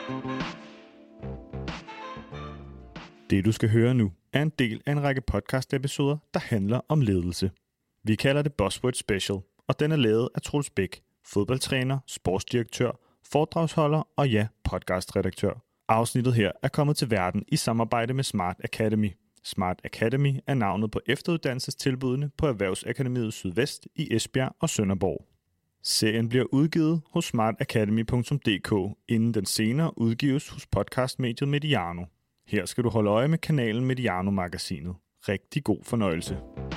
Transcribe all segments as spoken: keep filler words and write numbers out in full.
Det du skal høre nu er en del af en række podcast-episoder, der handler om ledelse. Vi kalder det Buzzword Special, og den er lavet af Troels Bæk, fodboldtræner, sportsdirektør, foredragsholder og ja, podcastredaktør. Afsnittet her er kommet til verden i samarbejde med Smart Academy. Smart Academy er navnet på efteruddannelsestilbudene på Erhvervsakademiet Sydvest i Esbjerg og Sønderborg. Serien bliver udgivet hos smart academy punktum d k, inden den senere udgives hos podcastmediet Mediano. Her skal du holde øje med kanalen Mediano-magasinet. Rigtig god fornøjelse.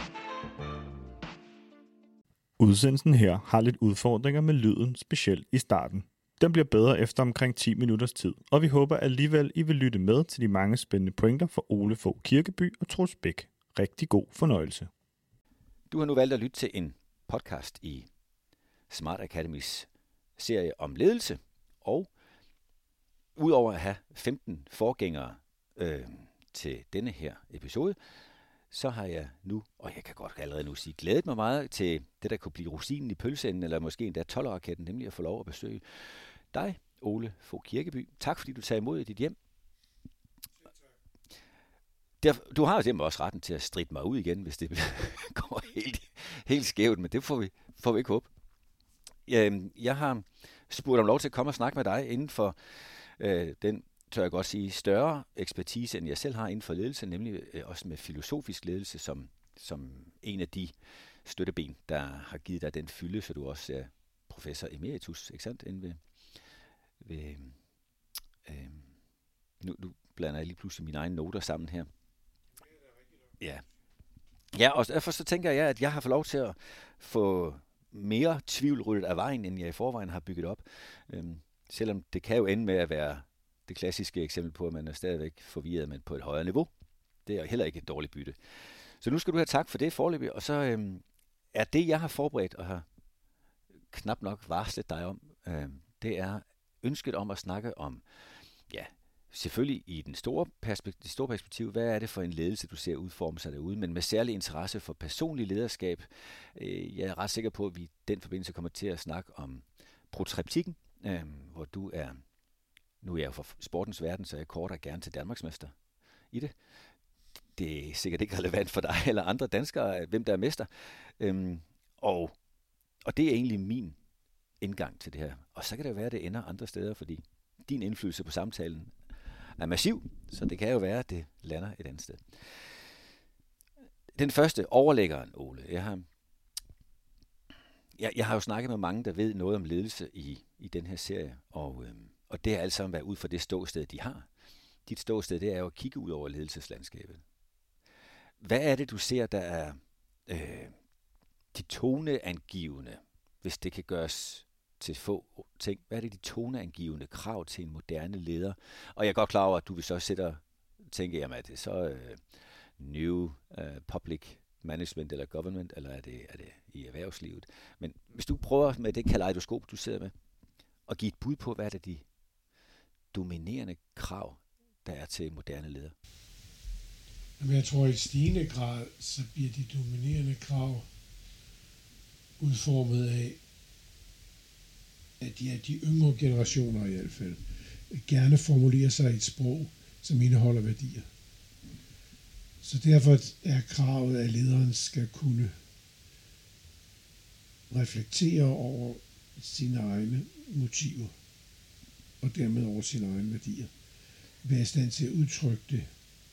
Udsendelsen her har lidt udfordringer med lyden, specielt i starten. Den bliver bedre efter omkring ti minutters tid, og vi håber alligevel, I vil lytte med til de mange spændende pointer for Ole Fogh Kirkeby og Troels Bæk. Rigtig god fornøjelse. Du har nu valgt at lytte til en podcast i Smart Academys serie om ledelse, og udover at have femten forgængere øh, til denne her episode, så har jeg nu, og jeg kan godt allerede nu sige, glædet mig meget til det, der kunne blive rosinen i pølseenden, eller måske endda tolv-raketten, nemlig at få lov at besøge dig, Ole Fogh Kirkeby. Tak fordi du tager imod i dit hjem. Der, du har jo simpelthen også retten til at stride mig ud igen, hvis det går helt, helt skævt, men det får vi, får vi ikke håbe. Jeg har spurgt om lov til at komme og snakke med dig inden for øh, den, tør jeg godt sige, større ekspertise, end jeg selv har inden for ledelse, nemlig øh, også med filosofisk ledelse som, som en af de støtteben, der har givet dig den fylde, så du også er professor emeritus, ikke sandt, inde ved, ved øh, nu, nu blander jeg lige pludselig mine egne noter sammen her. Ja. Ja, og derfor så tænker jeg, at jeg har fået lov til at få mere tvivl ryddet af vejen, end jeg i forvejen har bygget op. Øhm, selvom det kan jo ende med at være det klassiske eksempel på, at man er stadigvæk forvirret, men på et højere niveau. Det er heller ikke et dårligt bytte. Så nu skal du have tak for det foreløbig, og så øhm, er det, jeg har forberedt og har knap nok varslet dig om, øhm, det er ønsket om at snakke om, ja, selvfølgelig i den store perspektiv, det store perspektiv, hvad er det for en ledelse, du ser udforme sig derude, men med særlig interesse for personlig lederskab. Jeg er ret sikker på, at vi i den forbindelse kommer til at snakke om protreptikken, hvor du er, nu er jeg jo fra sportens verden, så jeg korter gerne til Danmarksmester i det. Det er sikkert ikke relevant for dig eller andre danskere, hvem der er mester. Og, og det er egentlig min indgang til det her. Og så kan det jo være, at det ender andre steder, fordi din indflydelse på samtalen er massiv, så det kan jo være, at det lander et andet sted. Den første, overlæggeren, Ole. Jeg har, jeg, jeg har jo snakket med mange, der ved noget om ledelse i, i den her serie, og, øhm, og det er alt sammen været ud fra det ståsted, de har. Dit ståsted, det er jo at kigge ud over ledelseslandskabet. Hvad er det, du ser, der er øh, de toneangivende, hvis det kan gøres til få ting? Hvad er det de toneangivende krav til en moderne leder? Og jeg er godt klar over, at du vil så sætte og tænke, jamen er det så uh, new uh, public management eller government, eller er det, er det i erhvervslivet? Men hvis du prøver med det kaleidoskop, du sidder med, og give et bud på, hvad er det de dominerende krav, der er til moderne ledere? Jamen jeg tror, i stigende grad, så bliver de dominerende krav udformet af, at de, at de yngre generationer i hvert fald gerne formulerer sig i et sprog, som indeholder værdier. Så derfor er kravet, at lederen skal kunne reflektere over sine egne motiver, og dermed over sine egne værdier. Være i stand til at udtrykke det,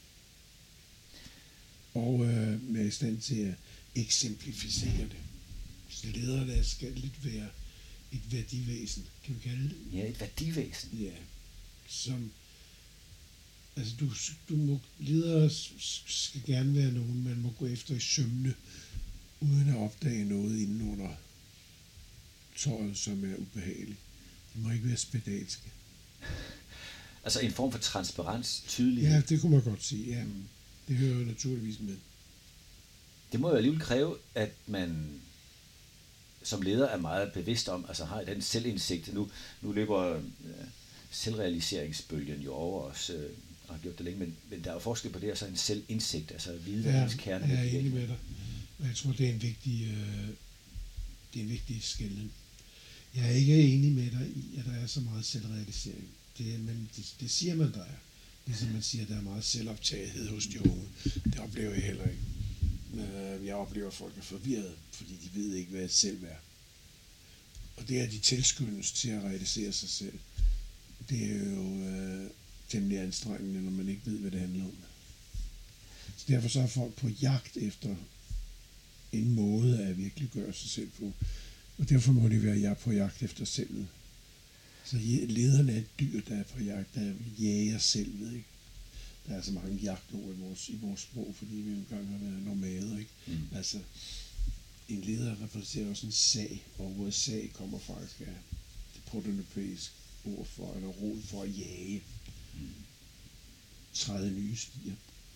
og øh, være i stand til at eksemplificere det. Så lederne skal lidt være et værdivæsen, kan vi kalde det? Ja, et værdivæsen. Ja, som, altså du, du må, ledere skal gerne være nogen, man må gå efter i sømne, uden at opdage noget inden under tøjet, som er ubehageligt. Det må ikke være spedalske. Altså en form for transparens, tydelighed. Ja, det kunne man godt sige, ja. Det hører jo naturligvis med. Det må jo alligevel kræve, at man som leder er meget bevidst om, altså har den selvindsigt. Nu, nu løber øh, selvrealiseringsbølgen jo over os, øh, og har gjort det længe, men, men der er jo forskel på det, og så en selvindsigt, altså at vide, hvad ja, ens kerne er. Jeg er enig med dig, men jeg tror, det er en vigtig, øh, det er en vigtig skelnen. Jeg er ikke enig med dig i, at der er så meget selvrealisering. Det, men det, det siger man, der er. Ligesom man siger, at der er meget selvoptagethed hos de unge. Det oplever jeg heller ikke. Jeg oplever, at folk er forvirret, fordi de ved ikke, hvad et selv er. Og det er de tilskyndes til at realisere sig selv. Det er jo øh, temmelig anstrengende, når man ikke ved, hvad det handler om. Så derfor så er folk på jagt efter en måde at virkelig gøre sig selv på. Og derfor må de være på jagt efter selvet. Så lederne er et dyr, der er på jagt, der jager selvet, ikke? Der er så mange jagtord i vores, i vores sprog, fordi vi engang har været nomader, ikke? Mm. Altså, en leder repræsenterer også en sag, og ordet sag kommer faktisk af det prototypiske ord for, eller rod for at jage. Mm. Træde nye stier.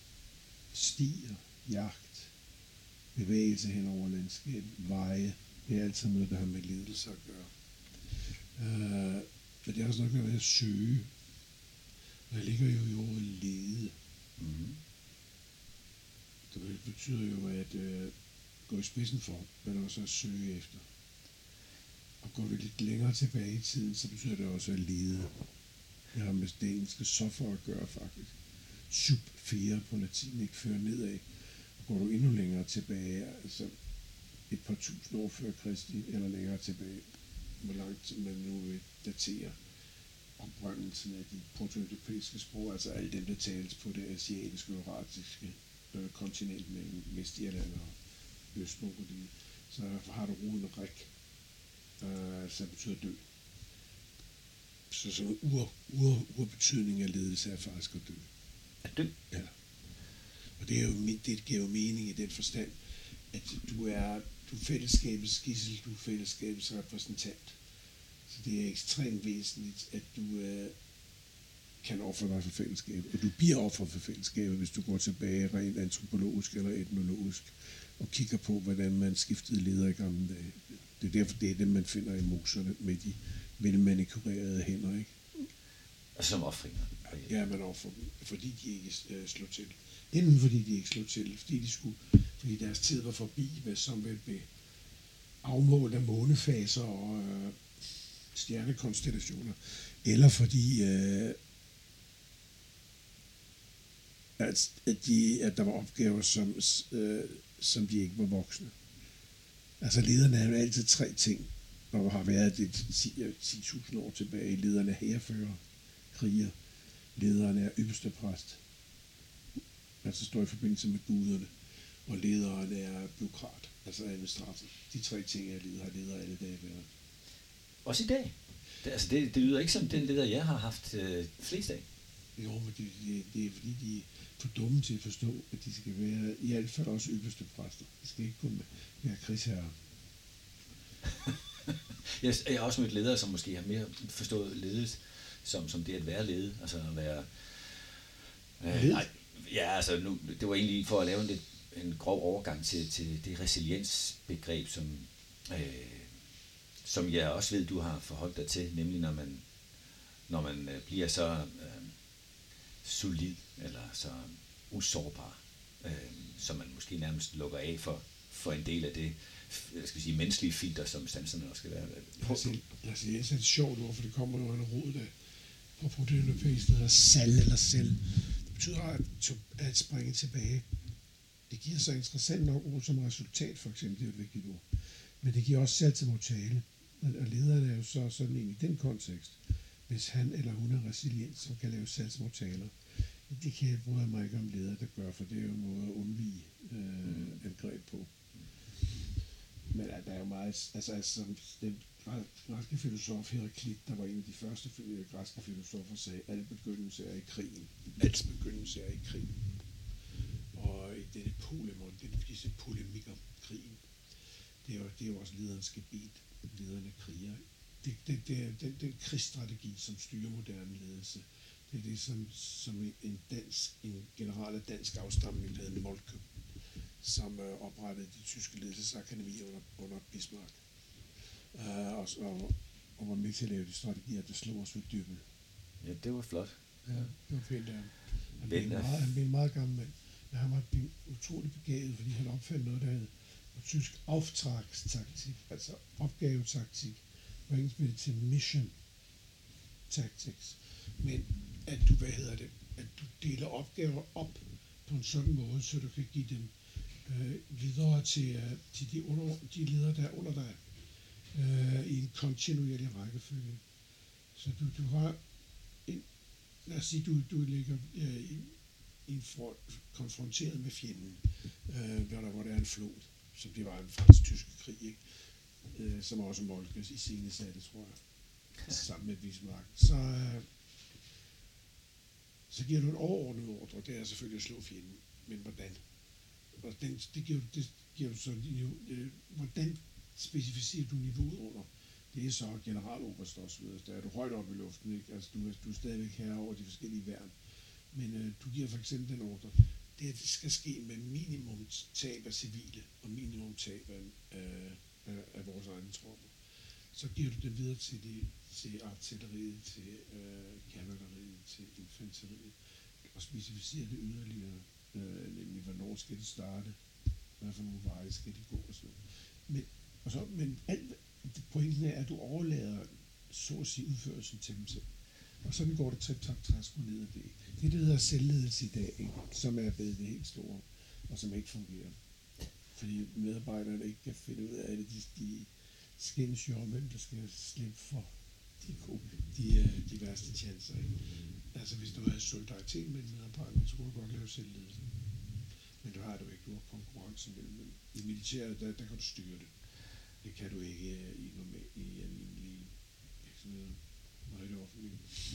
Stier, jagt, bevægelse hen over landskabet, veje. Det er altid noget, der har med ledelse at gøre. Uh, men det er også nok med at søge. Der ligger jo i ordet lede. Mm. Det betyder jo at uh, gå i spidsen for, men også at søge efter. Og går vi lidt længere tilbage i tiden, så betyder det også at lede. Det har med det engelske suffer at gøre faktisk. Subfere på latin, ikke føre nedad. Og går du endnu længere tilbage, altså et par tusind år før Kristi, eller længere tilbage, hvor langt man nu vil datere opbrændelsen af de prototypiske sprog, altså alle dem, der tales på det asiatiske og eurasiske øh, kontinent med Vestirland og Østmongoliet, så har du roden rik, øh, som betyder dø. Så sådan en ur, ur, urbetydning af ledelse er faktisk at dø. At dø? Ja. Og det, er jo, det giver jo mening i den forstand, at du er, du er fællesskabets gidsel, du er fællesskabets repræsentant. Så det er ekstremt væsentligt, at du øh, kan ofre dig for fællesskabet. Og du bliver offret for fællesskabet, hvis du går tilbage rent antropologisk eller etnologisk og kigger på, hvordan man skiftede leder i gamle dage. Det er derfor, det er det, man finder i moserne med de velmanikurerede hænder, ikke? Og som offringer. Ja, man offrer dem, fordi de ikke øh, slog til. Enten fordi de ikke slog til, fordi de skulle, fordi deres tid var forbi, hvad som vel blev afmålt af månefaser og øh, stjernekonstellationer, eller fordi øh, at, at, de, at der var opgaver, som, øh, som de ikke var voksne. Altså lederne er jo altid tre ting, og har været det ti tusind år tilbage. Lederne er hærfører, kriger. Lederen er ypperste præst, altså står i forbindelse med guderne, og lederen er bureaukrat, altså administrator. De tre ting er leder, har ledere alle dage været. Også i dag? Det, altså det, det lyder ikke som den leder, jeg har haft øh, flest af. Jo, men det, det, det er fordi, de er for dumme til at forstå, at de skal være i hvert fald også ypperste præster. De skal ikke kun være krigsherrer. Jeg er også mødt ledere, som måske har mere forstået ledet, som, som det at være ledet, altså at være... Øh, nej, ja, altså nu, det var egentlig for at lave en, lidt, en grov overgang til, til det resiliensbegreb, som, øh, som jeg også ved, du har forholdt dig til, nemlig når man, når man øh, bliver så øh, solid, eller så usårbar, øh, som man måske nærmest lukker af for, for en del af det, jeg skal sige, menneskelige filter, som stanserne også skal være. Lad os sige, det er et sjovt ord, for det kommer jo en rod der på protein-europæisk, der hedder sal eller selv. Det betyder at, at springe tilbage. Det giver så interessant nok ord som resultat, for eksempel, det er et vigtigt ord. Men det giver også saltomortale. Og lederen er jo så sådan en i den kontekst, hvis han eller hun er resilient, som kan lave saltomortaler. Det kan jeg bryde mig ikke om ledere, der gør, for det er jo en måde at undvige øh, angreb på. Men der er jo meget, altså, altså den græske filosof Heraklit, der var en af de første græske filosofer, sagde, at al begyndelse er i krigen. Alt begyndelse er i krigen. Og i denne polemon, disse polemikker, krigen, det er jo, det er jo også lederens gebet, lederne kriger. Det, det, det er den, den krigsstrategi, som styrer moderne ledelse. Det er det, som, som en, dansk, en general af dansk afstamning, der hedder Moltke, som øh, oprettede det tyske ledelsesakademi under, under Bismarck. Uh, og, og, og var med til at lave de strategier, der slog os ved Dybbel. Ja, det var flot. Ja, det var fint. Han, han, blev, meget, han blev en meget gammel mand. Men han var utrolig begavet, fordi han opfandt noget, der hed tysk auftragstaktik, altså opgavetaktik. på engelsk bliver det til mission tactics, men at du, hvad hedder det, at du deler opgaver op på en sådan måde, så du kan give dem øh, videre til, øh, til de, under, de ledere, der er under dig, øh, i en kontinuerlig rækkefølge. Så du, du har en, lad os sige, du, du ligger øh, i, i en front, konfronteret med fjenden, øh, hvor, der, hvor der er en flod, som det var en fransk-tyske krig, ikke? Øh, som også Moltkes i scenesatte, tror jeg, ja. Sammen med Bismarck. Så, øh, så giver du en overordnet ordre, det er selvfølgelig at slå fjenden, men hvordan? Og den, det giver, det giver du så, øh, hvordan specificerer du niveauet under? Det er så generaloberst også, der er du højt oppe i luften, ikke? Altså, du, du er stadigvæk herre over de forskellige værn. Men øh, du giver for eksempel den ordre, det skal ske med minimum tab af civile, og minimum tab af, øh, af, af vores egne tropper. Så giver du det videre til, de, til artilleriet, til øh, kavaleriet, til infanteriet, og specificerer det yderligere, øh, nemlig hvornår skal det starte, hvad for nogle veje skal de gå og sådan noget. Men, og så, men alt, pointen er, at du overlader så at sige udførelsen til dem selv. Og sådan går det trip tak træsko ned ad det. Det er det, der hedder selvledelse i dag, ikke? Som er blevet det helt store, og som ikke fungerer. Fordi medarbejderne ikke kan finde ud af det. De, de skændes jo om, hvem der skal slippe for de, gode, de, de værste chancer. Ikke? Altså hvis du har solidaritet med medarbejderne, så kunne du godt lave selvledelse. Men det har du ikke. Du har konkurrence mellem dem. I militæret, der, der kan du styre det. Det kan du ikke i, normal, i almindelige virksomheder. Nej, det er offentligt.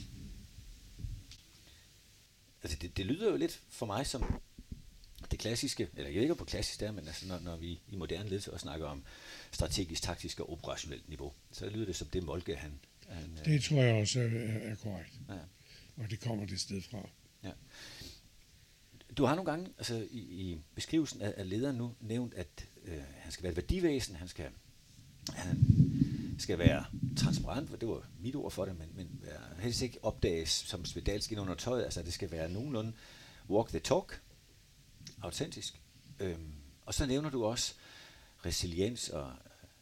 Altså det, det lyder jo lidt for mig som det klassiske, eller jeg ved ikke på klassisk der, men altså når, når vi i moderne ledelse også snakker om strategisk, taktisk og operationelt niveau, så lyder det som det Moltke, han... han det tror jeg også er, er korrekt. Ja. Og det kommer det sted fra. Ja. Du har nogle gange, altså i, i beskrivelsen af, af lederen nu, nævnt, at øh, han skal være et værdivæsen, han skal, han skal være transparent, det var mit ord for det, men, men helst ikke opdages som spedalsk ind under tøjet, altså det skal være nogenlunde walk the talk, autentisk. Øhm, og så nævner du også resiliens og,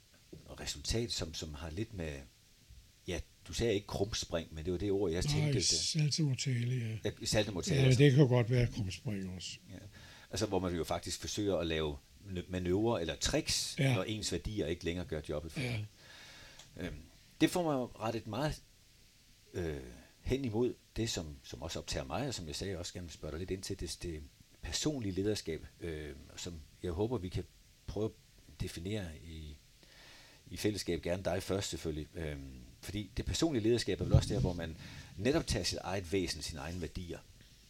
og resultat, som, som har lidt med, ja, du sagde ikke krumspring, men det var det ord, jeg tænkte. Nej, saltomortale, ja. ja saltomortale. Ja, altså. Det kan godt være krumspring også. Ja. Altså hvor man jo faktisk forsøger at lave manøvrer eller tricks, ja. Når ens værdier ikke længere gør jobbet for ja. øhm, Det får mig rettet meget øh, hen imod det, som, som også optager mig, og som jeg sagde, jeg også gerne vil spørge dig lidt ind til, det, det personlige lederskab, øh, som jeg håber, vi kan prøve at definere i, i fællesskab, gerne dig først selvfølgelig, øh, fordi det personlige lederskab er vel også der, hvor man netop tager sit eget væsen, sine egne værdier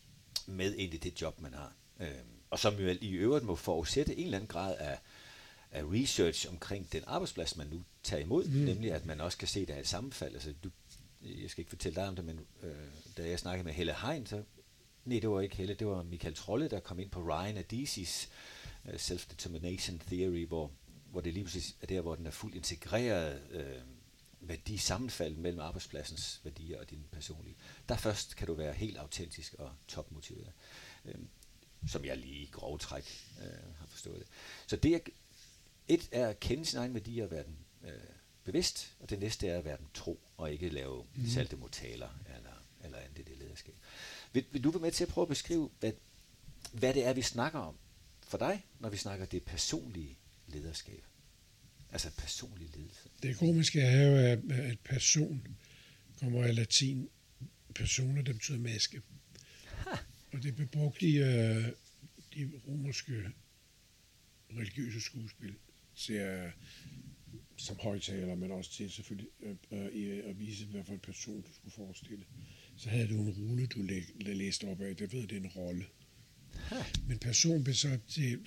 med ind i det job, man har. Øh, og som jo i øvrigt må forudsætte en eller anden grad af, af research omkring den arbejdsplads, man nu tager imod, mm. nemlig at man også kan se, at der er et sammenfald. Altså, du, jeg skal ikke fortælle dig om det, men øh, da jeg snakkede med Helle Hein, så nej, det var ikke Helle, det var Michael Trolle, der kom ind på Ryan Adizis uh, Self-Determination Theory, hvor, hvor det lige præcis er der, hvor den er fuldt integreret øh, værdi, sammenfald mellem arbejdspladsens værdier og din personlige. Der først kan du være helt autentisk og topmotiveret, øh, som jeg lige i grove træk øh, har forstået det. Så det er, et er at kende sine egne værdier og være den øh, bevidst, og det næste er at være den tro, og ikke lave mm. saltomortaler eller, eller andet i det lederskab. Vil, vil du være med til at prøve at beskrive, hvad, hvad det er, vi snakker om for dig, når vi snakker det personlige lederskab? Altså personlig ledelse. Det komiske er jo, at, at person kommer af latin. Personer, det betyder maske. Ha. Og det blev brugt i uh, de romerske religiøse skuespil til, som højtaler, men også til selvfølgelig uh, uh, at vise, hvad for en person du skulle forestille. Så havde du en rulle, du læ- læste op af, det ved, det er en rolle. Ha. Men person blev så til,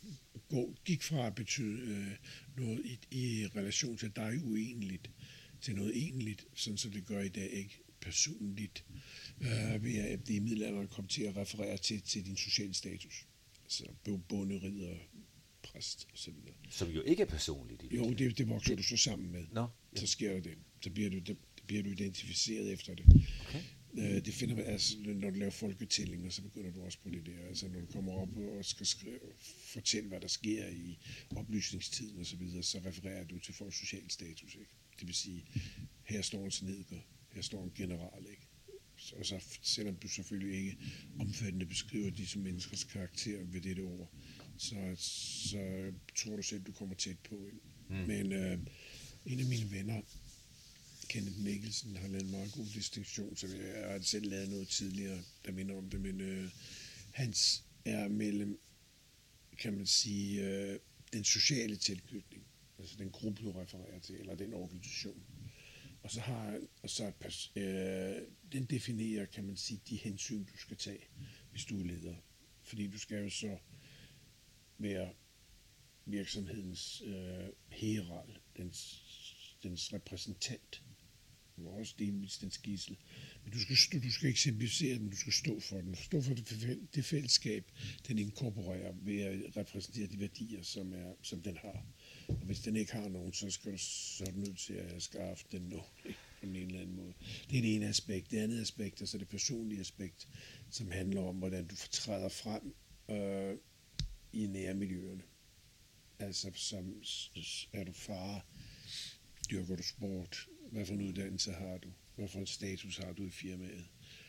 gå, gik fra at betyde øh, noget i, i relation til dig uendeligt, til noget egentligt, sådan som det gør i dag, ikke personligt, øh, ved at det i middelalderen kom til at referere til, til din sociale status. Altså bonde, ridder, præst og så videre. Som jo ikke er personligt. Jo, det, det vokser det, du så sammen med. Nå, ja. Så sker der det. Så bliver du, det, bliver du identificeret efter det. Okay. Øh, det finder man, altså, når du laver folketællinger, så begynder du også på det der. Altså, når du kommer op og skal skrive, fortælle, hvad der sker i oplysningstiden og så videre, så refererer du til folks social status, ikke? Det vil sige, her står en snedker, her står en general, ikke? Og så selvom du selvfølgelig ikke omfattende beskriver disse menneskers karakter ved dette ord, så, så tror du selv, du kommer tæt på. Ikke? Mm. Men øh, en af mine venner, Kenneth Mikkelsen, har lavet en meget god distinktion, så jeg har selv lavet noget tidligere, der minder om det, men øh, hans er mellem, kan man sige, øh, den sociale tilknytning, altså den gruppe, du refererer til, eller den organisation. Og så har og så øh, den definerer, kan man sige, de hensyn, du skal tage, hvis du er leder. Fordi du skal jo så være virksomhedens øh, herald, dens, dens repræsentant, og også delvis dens gidsel. Men du skal, stå, du skal eksemplificere den, du skal stå for den. Stå for det, det fællesskab, den inkorporerer ved at repræsentere de værdier, som, er, som den har. Og hvis den ikke har nogen, så, skal du, så er du nødt til at skaffe den nogen, ikke? På en eller anden måde. Det er det ene aspekt. Det andet aspekt er så det personlige aspekt, som handler om, hvordan du fortræder frem øh, i nærmiljøerne. Altså, som er du far, dyrker du sport, hvad for en uddannelse har du, hvad for en status har du i firmaet,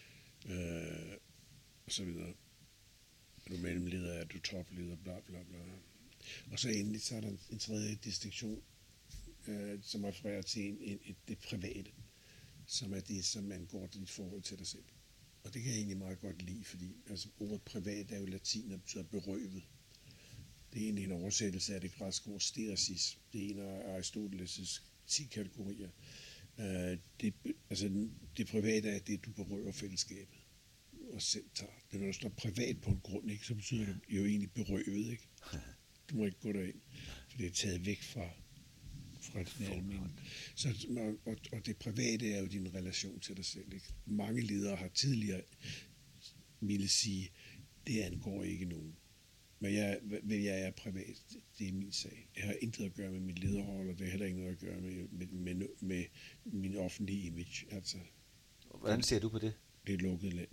øh, og så videre. Er du mellemleder, er du topleder, bla bla bla. Og så endelig, så er der en tredje distinktion, øh, som refererer til en, en, et, det private, som er det, som angår dit forhold til dig selv. Og det kan jeg egentlig meget godt lide, fordi altså, ordet privat er jo latin, og betyder berøvet. Det er egentlig en oversættelse af det græske ord steresis. Det er en af Aristoteles' ti kategorier. Øh, det, altså, det private er det, du berøver fællesskabet og selv tager. Det er, når der står privat på en grund, ikke, så betyder det jo egentlig berøvet, ikke? Du må ikke gå derind, for det er taget væk fra, fra det almindelige. Så, og, og det private er jo din relation til dig selv. Ikke? Mange ledere har tidligere ville sige, det angår ikke nogen. Men jeg, hvad jeg er privat, det er min sag. Jeg har intet at gøre med mit lederrolle, og det har heller ikke noget at gøre med, med, med, med min offentlige image. Altså, hvordan ser du på det? Det er et lukket land.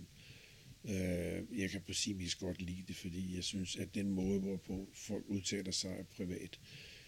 Jeg kan på sin vis godt lide det, fordi jeg synes, at den måde, hvorpå folk udtaler sig privat,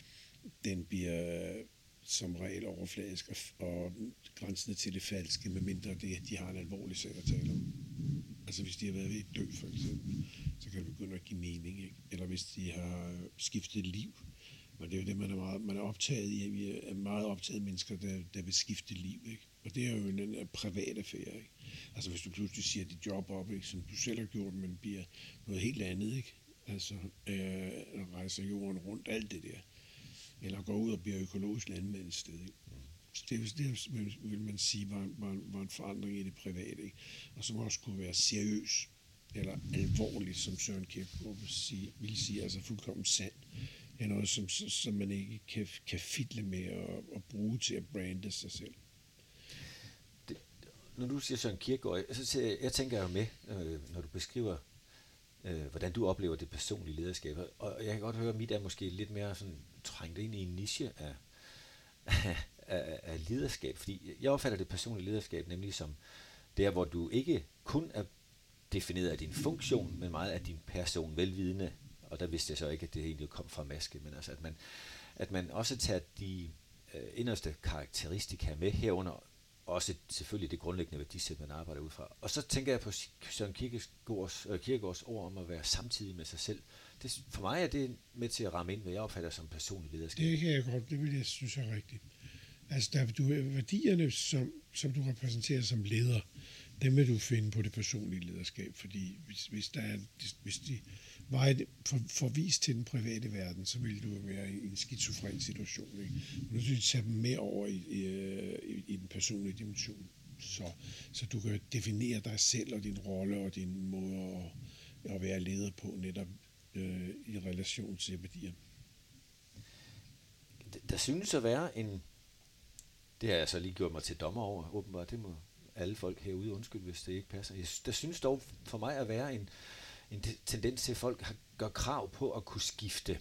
den bliver som regel overfladisk og, og grænsende til det falske, medmindre det, de har en alvorlig sag at tale om. Altså hvis de har været ved at dø, for eksempel, så kan det begynde at give mening, ikke? Eller hvis de har skiftet liv. Men det er jo det, man er, meget, man er optaget i. Vi er meget optaget mennesker, der, der vil skifte liv, ikke? Og det er jo en, en privat affære, ikke? Altså hvis du pludselig siger dit job op, ikke, som du selv har gjort, men bliver noget helt andet, ikke? Altså øh, rejser jorden rundt, alt det der. Eller går ud og bliver økologisk landmand et sted, ikke? Så det, det vil man sige var, var, var en forandring i det private, ikke? Og som også kunne være seriøs eller alvorligt, som Søren Kierkegaard vil sige, vil sige altså fuldkommen sand. Det er noget, som, som man ikke kan, kan fidle med og, og bruge til at brande sig selv. Det, når du siger Søren Kierkegaard, så siger jeg, jeg tænker jo med, øh, når du beskriver, øh, hvordan du oplever det personlige lederskab. Og jeg kan godt høre, at mit er måske lidt mere sådan trængt ind i en niche af, af, af, af lederskab. Fordi jeg opfatter det personlige lederskab nemlig som der, hvor du ikke kun er defineret af din funktion, men meget af din person, velvidende. Og der vidste jeg så ikke, at det egentlig kom fra maske, men altså, at man, at man også tager de øh, inderste karakteristika med herunder, også selvfølgelig det grundlæggende værdisæt, man arbejder ud fra. Og så tænker jeg på Søren Kierkegaards, øh, Kierkegaards ord om at være samtidig med sig selv. Det, for mig er det med til at ramme ind, hvad jeg opfatter som personlig lederskab. Det kan jeg godt, det vil jeg synes er rigtigt. Altså, der, du, værdierne, som, som du repræsenterer som leder, dem vil du finde på det personlige lederskab, fordi hvis, hvis, der er, hvis de var for, forvist til den private verden, så ville du være i en skizofren situation. Ikke? Og nu synes jeg tage dem med over i, i, i den personlige dimension, så, så du kan definere dig selv og din rolle og din måde at, at være leder på netop øh, i relation til værdier. Der synes at være en, det har jeg så lige gjort mig til dommer over, åbenbart, det må alle folk herude, undskyld, hvis det ikke passer. Jeg, der synes dog for mig at være en, en tendens til, at folk har, gør krav på at kunne skifte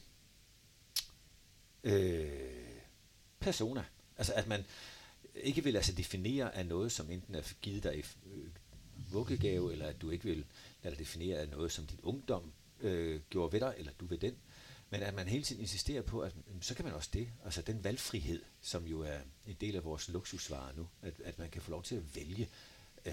øh, persona. Altså at man ikke vil lade sig definere af noget, som enten er givet dig i øh, vuggegave, eller at du ikke vil lade dig definere af noget, som din ungdom øh, gjorde ved dig, eller du ved den. Men at man hele tiden insisterer på, at så kan man også det. Altså den valgfrihed, som jo er en del af vores luksusvarer nu, at, at man kan få lov til at vælge. Øh,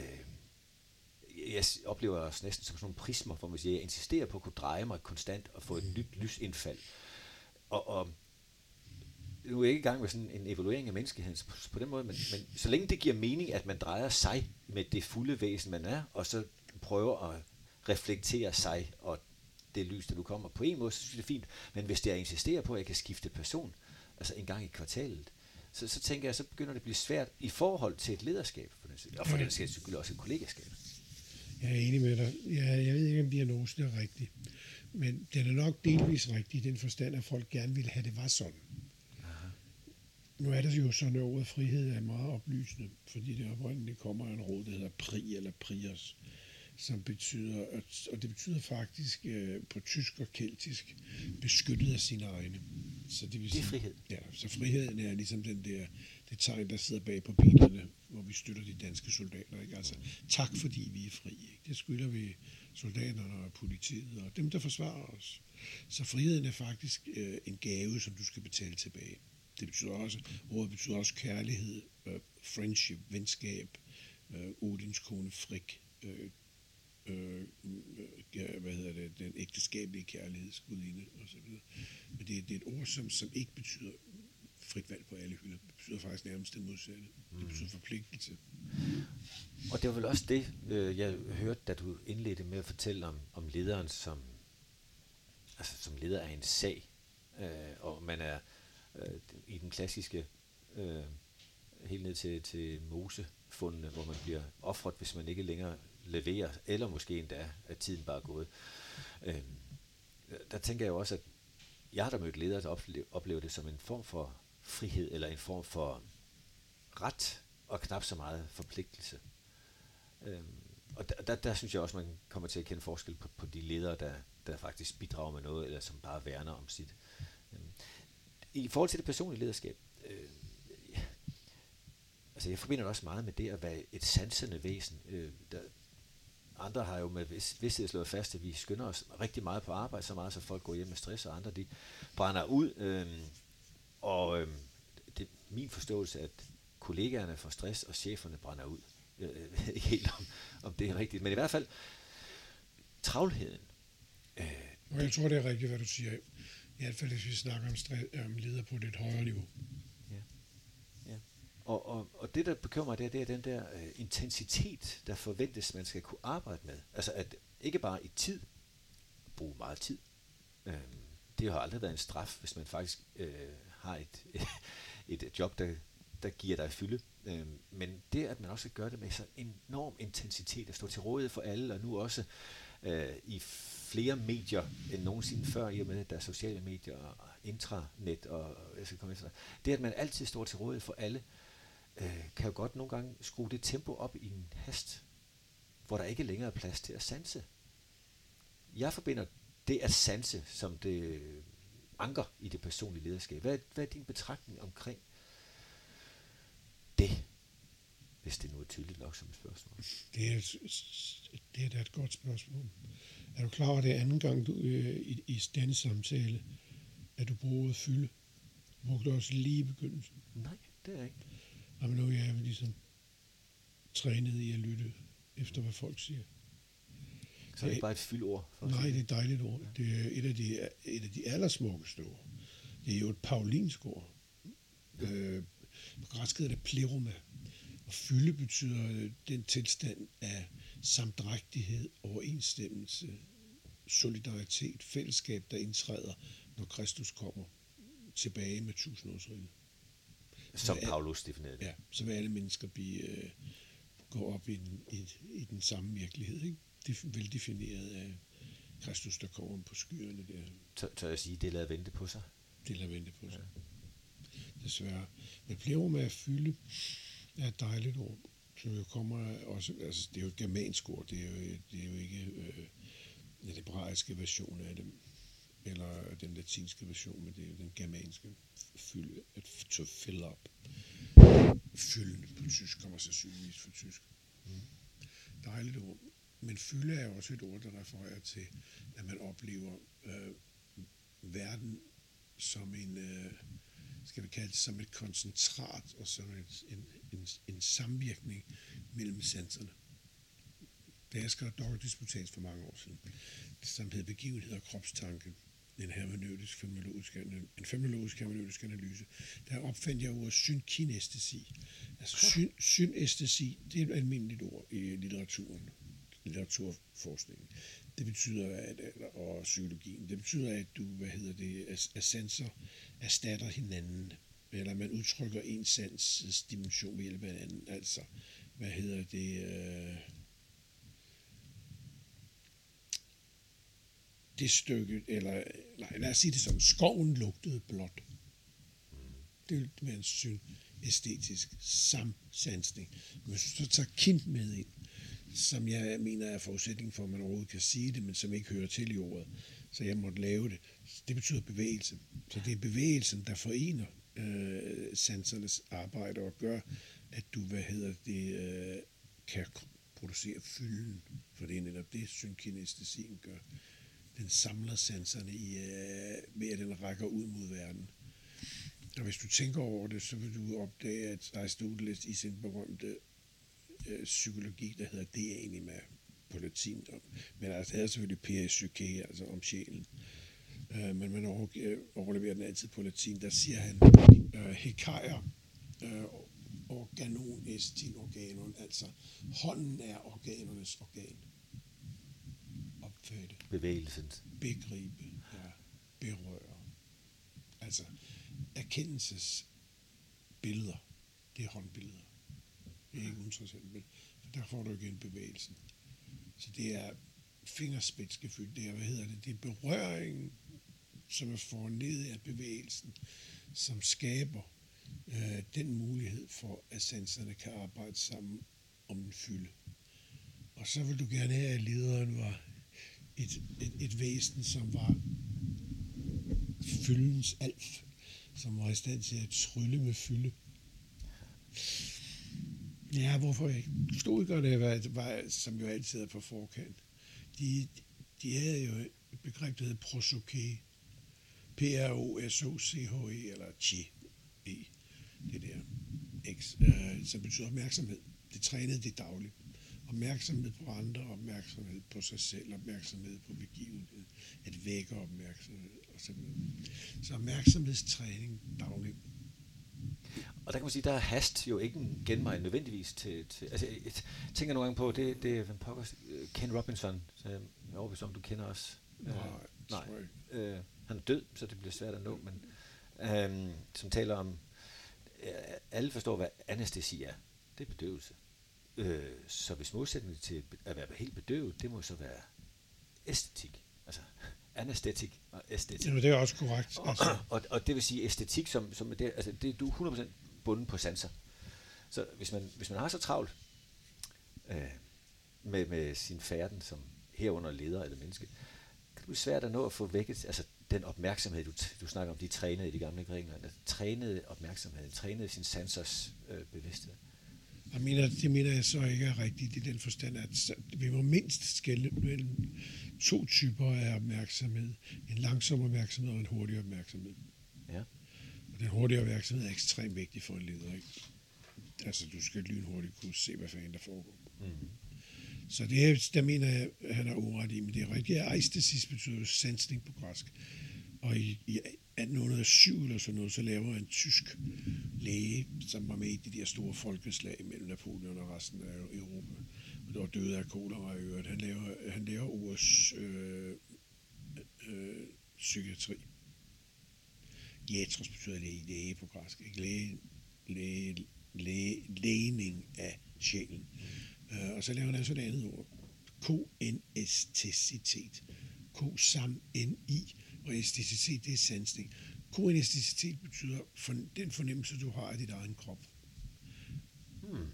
jeg oplever os næsten som sådan nogle prismer, hvor man siger, jeg insisterer på at kunne dreje mig konstant og få et nyt lysindfald. Og, og nu er jeg ikke i gang med sådan en evaluering af menneskeheden på, på den måde, men, men så længe det giver mening, at man drejer sig med det fulde væsen, man er, og så prøver at reflektere sig og det lys, der du kommer på en måde, så synes jeg det er fint. Men hvis det er at insistere på, at jeg kan skifte person, altså en gang i kvartalet, så, så tænker jeg, så begynder det at blive svært i forhold til et lederskab, for den, og for ja. den skal selvfølgelig også et kollegaskab. Jeg er enig med dig. Jeg, jeg ved ikke, om diagnosen er rigtig, men den er nok delvis rigtig i den forstand, at folk gerne vil have det var sådan. Aha. Nu er det jo sådan, at ordet frihed er meget oplysende, fordi det oprindeligt kommer af en råd, der hedder pri eller prios, som betyder, og det betyder faktisk øh, på tysk og keltisk, beskyttet af sine egne. Så det, vil sige, det er frihed. Ja, så friheden er ligesom den der, det tegn, der sidder bag på bilerne, hvor vi støtter de danske soldater. Ikke? Altså, tak fordi vi er fri. Ikke? Det skylder vi soldaterne og politiet og dem, der forsvarer os. Så friheden er faktisk øh, en gave, som du skal betale tilbage. Det betyder også, ordet betyder også kærlighed, øh, friendship, venskab, øh, Odins kone Frik, øh, Øh, øh, hvad hedder det, den ægteskabelige kærlighedsgudinde og så videre. Men det, det er et ord, som, som ikke betyder frit valg på alle hylder. Det betyder faktisk nærmest det modsatte. Mm. Det betyder forpligtelse. Og det var vel også det, øh, jeg hørte, da du indledte med at fortælle om, om lederen som, altså, som leder af en sag. Øh, og man er øh, i den klassiske øh, helt ned til, til Mosefundene, hvor man bliver offret, hvis man ikke længere leverer, eller måske endda, at tiden bare er gået. Øhm, der tænker jeg jo også, at jeg har da mødt ledere, der oplever, oplever det som en form for frihed, eller en form for ret, og knap så meget forpligtelse. Øhm, og der, der, der synes jeg også, man kommer til at kende forskel på, på de ledere, der, der faktisk bidrager med noget, eller som bare værner om sit. Øhm, I forhold til det personlige lederskab, øh, altså jeg forbinder det også meget med det at være et sansende væsen. Øh, der, andre har jo med vis, vidsthed slået fast, at vi skynder os rigtig meget på arbejde, så meget, så folk går hjem med stress, og andre de brænder ud. Øhm, og øhm, det er min forståelse, at kollegaerne får stress, og cheferne brænder ud. Jeg ved ikke helt, om, om det er rigtigt, men i hvert fald travlheden. Øh, og jeg tror, det er rigtigt, hvad du siger. I hvert fald, hvis vi snakker om, stress, om leder på et højere niveau. Og, og, og det, der bekymrer mig, det er, det er den der øh, intensitet, der forventes, man skal kunne arbejde med. Altså at ikke bare i tid, bruge meget tid. Øhm, det har aldrig været en straf, hvis man faktisk øh, har et, et, et job, der, der giver dig fylde. Øhm, men det, at man også gør det med så enorm intensitet, at stå til rådighed for alle, og nu også øh, i flere medier end nogensinde før, i og med, at der er sociale medier og intranet, og jeg skal komme efter. Det, at man altid står til rådighed for alle, øh, kan jo godt nogle gange skrue det tempo op i en hast, hvor der ikke længere er plads til at sanse. Jeg forbinder det at sanse som det anker i det personlige lederskab. Hvad, hvad er din betragtning omkring det, hvis det nu er tydeligt nok som et spørgsmål? Det er, det er da et godt spørgsmål. Er du klar over, det er anden gang du, øh, i, i denne samtale, at du bruger fylde? Brugte du også lige i begyndelsen? Nej, det er jeg ikke. Jamen nu er jeg ligesom trænet i at lytte efter, hvad folk siger. Så er det ikke bare et fyldord? Nej, det er et dejligt ord. Ja. Det er et af de, et af de allersmukkeste ord. Det er jo et paulinsk ord. Ja. Øh, på græsk hedder det pleroma. Og fylde betyder den tilstand af samdrægtighed, overensstemmelse, solidaritet, fællesskab, der indtræder, når Kristus kommer tilbage med tusindårsriget. Som Paulus definerede det. Ja, så vil alle mennesker blive, øh, gå op i den, i, i den samme virkelighed, ikke? Det er veldefineret af Kristus, der kommer på skyerne der. Tør, tør jeg sige, det lader vente på sig? Det lader vente på sig. Ja. Desværre. Men plever med at fylde er et dejligt ord, som jo kommer også, altså det er jo et germansk ord, det er jo, det er jo ikke øh, den hebraiske version af det, eller den latinske version, men det er jo den germanske fylde, at to fill up. Fylde på tysk kommer sandsynligvis fra tysk. Mm. Dejligt ord. Men fylde er også et ord, der refererer til, at man oplever øh, verden som en, øh, skal vi kalde det, som et koncentrat og som et, en, en, en samvirkning mellem sanserne. Da jeg skrev doktordisputats for mange år siden, som hed Begivenhed og kropstanke, en hermeneutisk fenomenologisk, en fenomenologisk hermeneutisk analyse, der opfandt jeg ordet synkinestesi. Altså syn, synestesi, det er et almindeligt ord i litteraturen, litteraturforskningen. Det betyder, at, og psykologien, det betyder, at du, hvad hedder det, at sanser erstatter hinanden, eller man udtrykker en sans dimension ved hjælp af en anden. Altså, hvad hedder det, øh, det stykke, eller nej, lad os sige det sådan, skoven lugtede blåt. Det vil være en synæstetisk samsansning. Hvis du så tager kind med ind, som jeg mener er forudsætning for, at man overhovedet kan sige det, men som ikke hører til i ordet, så jeg måtte lave det. Det betyder bevægelse. Så det er bevægelsen, der forener øh, sansernes arbejde og gør, at du, hvad hedder det, øh, kan producere fylden, for det er netop det, synkinestesien gør. Den samler sanserne i, øh, ved at den rækker ud mod verden. Og hvis du tænker over det, så vil du opdage, at Aristoteles i sin berømte øh, psykologi, der hedder de anima på latin, men altså havde selvfølgelig peri psyche, altså om sjælen. Øh, men man over, øh, overleverer den altid på latin. Der siger han, øh, hekaia øh, organon estin organon, altså hånden er organernes organ. Opfatte. Bevægelsens. Begribe, ja. Berøre. Altså erkendelsesbilleder, det er håndbilleder. Det er ikke uinteressant, men der får du igen bevægelsen. Så det er fingerspidsgefühl, det er, hvad hedder det, det er berøringen, som er foranledet af bevægelsen, som skaber øh, den mulighed for, at sanserne kan arbejde sammen om en fylde. Og så vil du gerne have, at lederen var et, et, et væsen, som var fyldens alf, som var i stand til at trylle med fylde. Ja, hvorfor ikke? Stoikerne, var, var, som jo altid er på forkant, de, de havde jo et begreb, der hedder prosoche, P R O S O C H E, eller chi, E, det der, X, øh, som betyder opmærksomhed. Det trænede det dagligt. Opmærksomhed på andre, opmærksomhed på sig selv, opmærksomhed på begivenhed, at vække opmærksomhed osv. Så opmærksomhedstræning dagligt. Og der kan man sige, der er hast jo ikke en genvej nødvendigvis til, til altså jeg tænker nogle gange på, det, det er Van Pokkers, Ken Robinson, så jeg er overbevist om, du kender også. Nej, uh, nej. Uh, han er død, så det bliver svært at nå, men uh, som taler om, uh, alle forstår, hvad anæstesi er. Det er bedøvelse. Uh, så hvis modsætningen til at være helt bedøvet, det må så være æstetik. Altså anæstetik og æstetik. Ja, det er også korrekt. Og, altså. og, og det vil sige æstetik, som, som det, altså det, du er hundrede procent bundet på sanser. Så hvis man, hvis man har så travlt øh, med, med sin færden, som herunder leder eller menneske, kan det blive svært at nå at få vækket altså den opmærksomhed, du, du snakker om, de trænede i de gamle Grækenland, der trænede opmærksomheden, trænede sin sansers øh, bevidsthed. Jeg mener, det mener jeg så ikke er rigtigt i den forstand, at vi må mindst skelne mellem to typer af opmærksomhed. En langsom opmærksomhed og en hurtig opmærksomhed. Ja. Og den hurtige opmærksomhed er ekstremt vigtig for en leder, ikke? Altså, du skal lynhurtigt kunne se, hvad fanden der foregår. Mm-hmm. Så det er, der mener jeg, at han er uret i, men det er rigtigt. Eistesis betyder sansning på græsk. Og i, i atten hundrede og syv eller sådan noget, så laver en tysk læge, som var med i de der store folkeslag mellem Napoleon og resten af Europa, og der var døde af kolera i øvrigt. Han laver, han laver ordets øh, øh, psykiatri. Iatros betyder læge, læge på græsk, ikke? Læge, læge, læge, lægning af sjælen. Uh, og så laver han altså et andet ord. Koenestesitet. Ko-sam-n-i. Og æstesitet, det er sansning. Koenestesitet betyder for den fornemmelse, du har af dit egen krop. Hmm.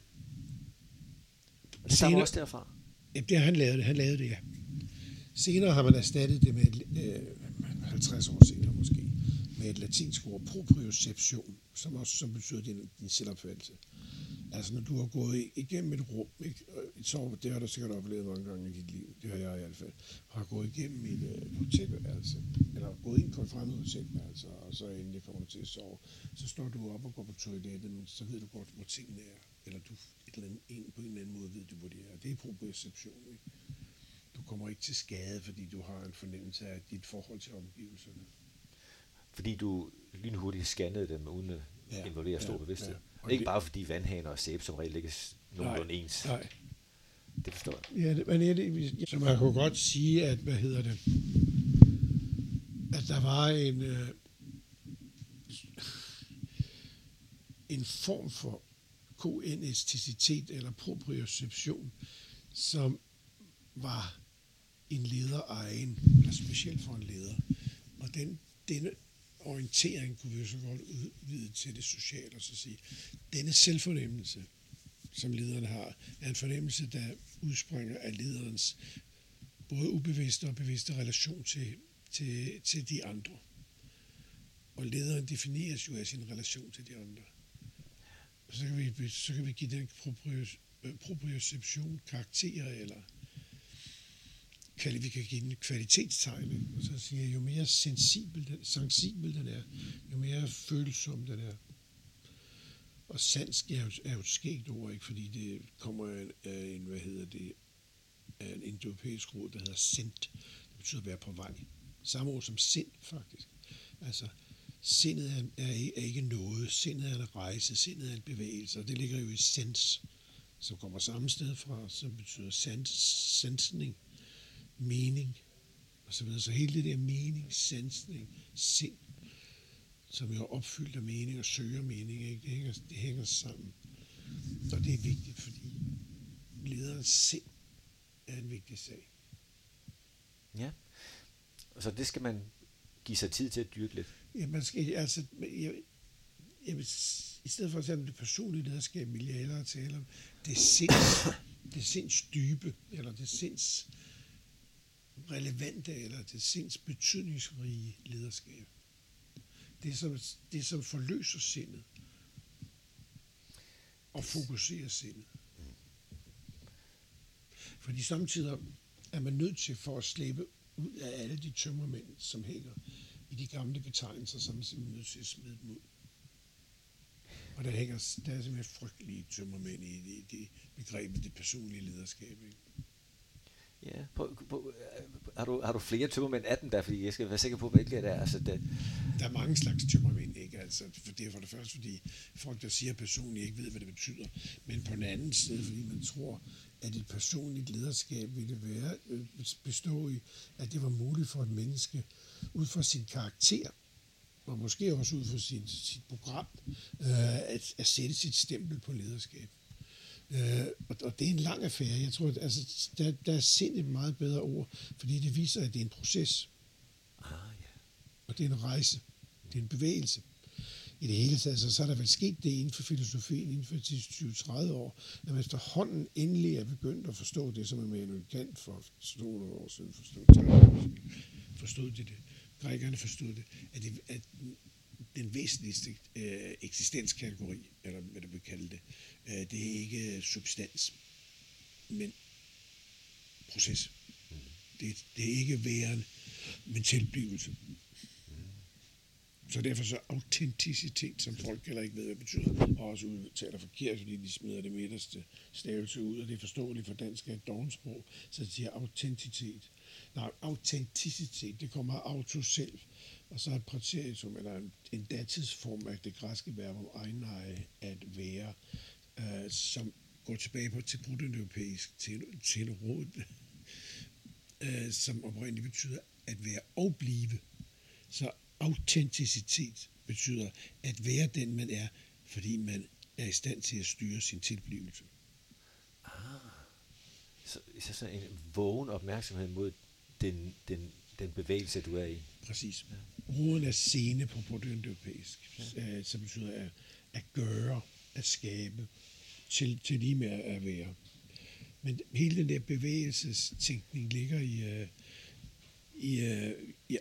Det stammer også derfra? Ja, det har han lavet det. Han lavede det, ja. Senere har man erstattet det med øh, halvtreds år senere måske, med et latinsk ord, proprioception, som også som betyder din, din selvopfattelse. Altså, når du har gået igennem et rum, ikke? Så, det har du sikkert oplevet mange gange i dit liv, det har jeg i hvert fald, har gået igennem et øh, hotelværelse, eller gået ind på et fremmed hotelværelse, og så endelig kommer du til at sove, så står du op og går på toilettet, men så ved du godt, hvor tingene er, eller du et eller andet, en, på en eller anden måde ved du, hvor de er. Det er proprioception, ikke? Du kommer ikke til skade, fordi du har en fornemmelse af dit forhold til omgivelserne. Fordi du lynhurtigt scannede dem, uden at ja, involvere stor ja, bevidsthed. Ja. Ikke det, bare fordi vandhaner og sæbe som regel ikke nogenlunde ens. Nej. Det forstår jeg. Ja, det, men er det, så man kunne godt sige, at, hvad hedder det, at der var en, øh, en form for koenesticitet eller proprioception, som var en leder egen, eller specielt for en leder. Og den, denne orientering kunne vi jo så godt udvide til det sociale, og så sige, denne selvfornemmelse, som lederen har, er en fornemmelse, der udspringer af lederens både ubevidste og bevidste relation til, til, til de andre. Og lederen defineres jo af sin relation til de andre. Og så kan vi, så kan vi give den proprioception karakterer, eller vi kan give den kvalitetstegn, og så siger jeg, jo mere sensibel den, sensibel den er, jo mere følsom den er. Og sans er jo, er jo et skægt ord, ikke? Fordi det kommer af en, hvad hedder det, af en indoeuropæisk ord, der hedder sent. Det betyder at være på vej. Samme ord som sind, faktisk. Altså, sindet er, er, er ikke noget. Sindet er en rejse. Sindet er en bevægelse, og det ligger jo i sens, som kommer samme sted fra, som betyder sans, sensning, mening, og så videre. Så hele det der mening, sensning, sind, som jo er opfyldt af mening og søger mening, ikke? Det, hænger, det hænger sammen. Og det er vigtigt, fordi lederens sind er en vigtig sag. Ja, så det skal man give sig tid til at dyrke lidt. Ja, man skal, altså, jeg, jeg vil, i stedet for at tale om det personlige lederskab, vil jeg hellere tale om det sinds, det sinds dybe, eller det sinds relevante, eller det sinds betydningsrige lederskab. Det som, det, som forløser sindet og fokuserer sindet. Fordi samtidig er man nødt til for at slippe ud af alle de tømmermænd, som hænger i de gamle betegnelser, som er simpelthen nødt til at smide dem ud. Og der, hænger, der er simpelthen frygtelige tømmermænd i det, det begrebet, det personlige lederskab. Ikke? Ja, på, på, har, du, har du flere tømmermænd af dem der, fordi jeg skal være sikker på, hvilke det er. Altså, det... Der er mange slags tømmermænd, ikke? Altså, for det er for det første, fordi folk, der siger personligt, ikke ved, hvad det betyder. Men på den anden side, fordi man tror, at et personligt lederskab ville være, øh, bestå i, at det var muligt for et menneske, ud fra sin karakter, og måske også ud fra sin, sit program, øh, at, at sætte sit stempel på lederskab. Øh, og, og det er en lang affære. Jeg tror, at altså, der, der er sind et meget bedre ord, fordi det viser, at det er en proces. Ah, ja. Og det er en rejse. Det er en bevægelse. I det hele taget, så, så er der vel sket det inden for filosofien, inden for de sidste tyve til tredive år, at man efterhånden endelig er begyndt at forstå det, som Immanuel Kant for nogle år siden forstod, forstod det, det. Grækerne forstod det, at, det, at den væsentligste øh, eksistenskategori, eller hvad du vil kalde det, øh, det er ikke substans, men proces. Det, det er ikke væren, men tilblivelse. Så derfor så autenticitet, som folk heller ikke ved, hvad det betyder, og også udtaler forkert, fordi de smider det midterste stavelse ud, og det er forståeligt for dansk af et dovensprog, så det siger autentitet. Nej, autenticitet, det kommer af auto selv, og så et præteritum, eller en, en datidsform af det græske verb om egeneje, at være, øh, som går tilbage på til protoeuropæisk, til, til råd, øh, som oprindeligt betyder at være og blive. Så autenticitet betyder at være den, man er, fordi man er i stand til at styre sin tilblivelse. Ah, så, så, så en vågen opmærksomhed mod den, den, den bevægelse, du er i. Præcis. Ja. Roden er scene på protoeuropæisk, ja. Som betyder at, at gøre, at skabe, til, til lige med at være. Men hele den der bevægelsestænkning ligger i... Uh, I, uh, i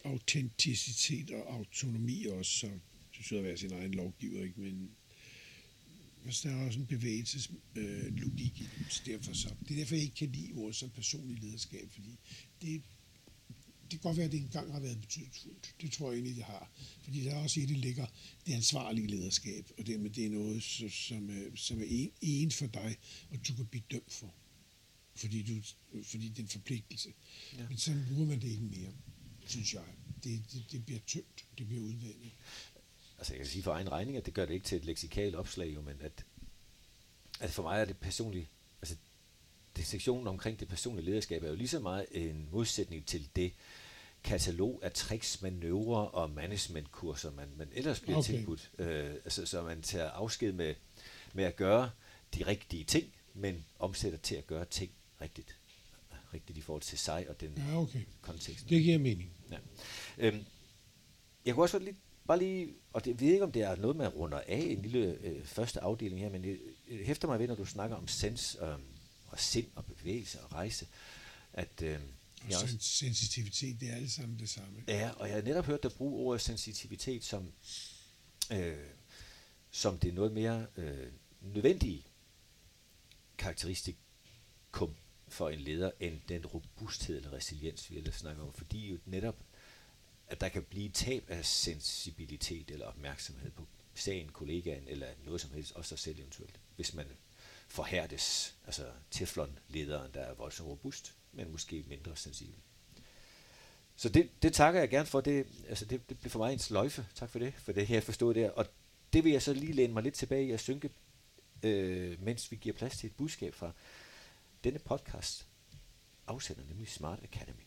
autenticitet og autonomi også, så det betyder at være sin egen lovgiver, ikke? Men, der er også en bevægelseslogik øh, i det. Så derfor så. Det er derfor, jeg ikke kan lide ordet som personlig lederskab, fordi det, det kan godt være, at det engang har været betydningsfuldt. Det tror jeg egentlig, det har. Fordi der er også i det ligger det ansvarlige lederskab, og dermed det er noget, som, som er en, en for dig, og du kan blive dømt for. Fordi, du, fordi det er en forpligtelse. Ja. Men sådan bruger man det ikke mere, synes jeg. Det, det, det bliver tyndt, det bliver udvandet. Altså jeg kan sige for egen regning, at det gør det ikke til et leksikalt opslag, jo, men at, at for mig er det personligt, altså det sektionen omkring det personlige lederskab er jo lige så meget en modsætning til det katalog af tricks, manøvrer og managementkurser, man, man ellers bliver okay. tilbudt. Øh, altså, så man tager afsked med, med at gøre de rigtige ting, men omsætter til at gøre ting rigtigt. Rigtigt i forhold til sig og den ja, okay. kontekst. Det giver mening. Ja. Øhm, jeg kunne også lige, bare lige, og det, jeg ved ikke, om det er noget, man runder af en lille øh, første afdeling her, men jeg, jeg hæfter mig ved, når du snakker om sens øh, og sind og bevægelse og rejse, at øh, og også, sensitivitet, det er alle sammen det samme. Ja, og jeg har netop hørt dig bruge ordet sensitivitet som, øh, som det noget mere øh, nødvendige karakteristikum for en leder, end den robusthed eller resiliens, vi ellers snakker om, fordi jo netop, at der kan blive tab af sensibilitet eller opmærksomhed på sagen, kollegaen eller noget som helst, også sig selv eventuelt, hvis man forhærdes, altså teflon-lederen, der er voldsomt robust, men måske mindre sensibel. Så det, det takker jeg gerne for, det, altså det, det blev for mig en sløjfe, tak for det, for det her jeg forstod der, og det vil jeg så lige læne mig lidt tilbage i at synke, øh, mens vi giver plads til et budskab fra denne podcast, afsender nemlig Smart Academy.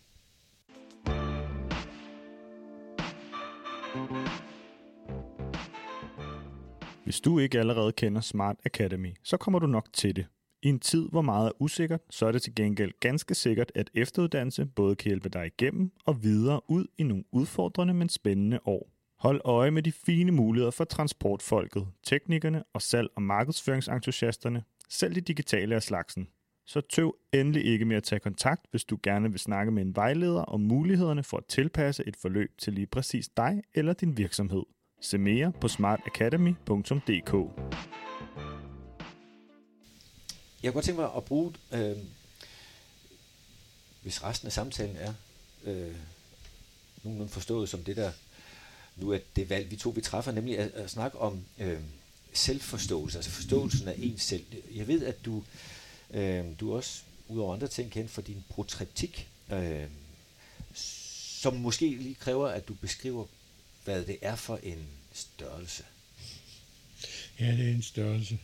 Hvis du ikke allerede kender Smart Academy, så kommer du nok til det. I en tid, hvor meget er usikkert, så er det til gengæld ganske sikkert, at efteruddannelse både kan hjælpe dig igennem og videre ud i nogle udfordrende, men spændende år. Hold øje med de fine muligheder for transportfolket, teknikerne og salg- og markedsføringsentusiasterne, selv de digitale af slagsen. Så tøv endelig ikke med at tage kontakt, hvis du gerne vil snakke med en vejleder om mulighederne for at tilpasse et forløb til lige præcis dig eller din virksomhed. Se mere på smart academy punktum d k. Jeg kunne godt tænke mig at bruge, øh, hvis resten af samtalen er øh, nogenlunde forstået som det der, nu er det valg, vi to vi træffer, nemlig at, at snakke om øh, selvforståelse, altså forståelsen af ens selv. Jeg ved, at du, øh, du også, udover andre ting, kendt for din protreptik, øh, som måske lige kræver, at du beskriver, hvad det er for en størrelse. Ja, det er en størrelse.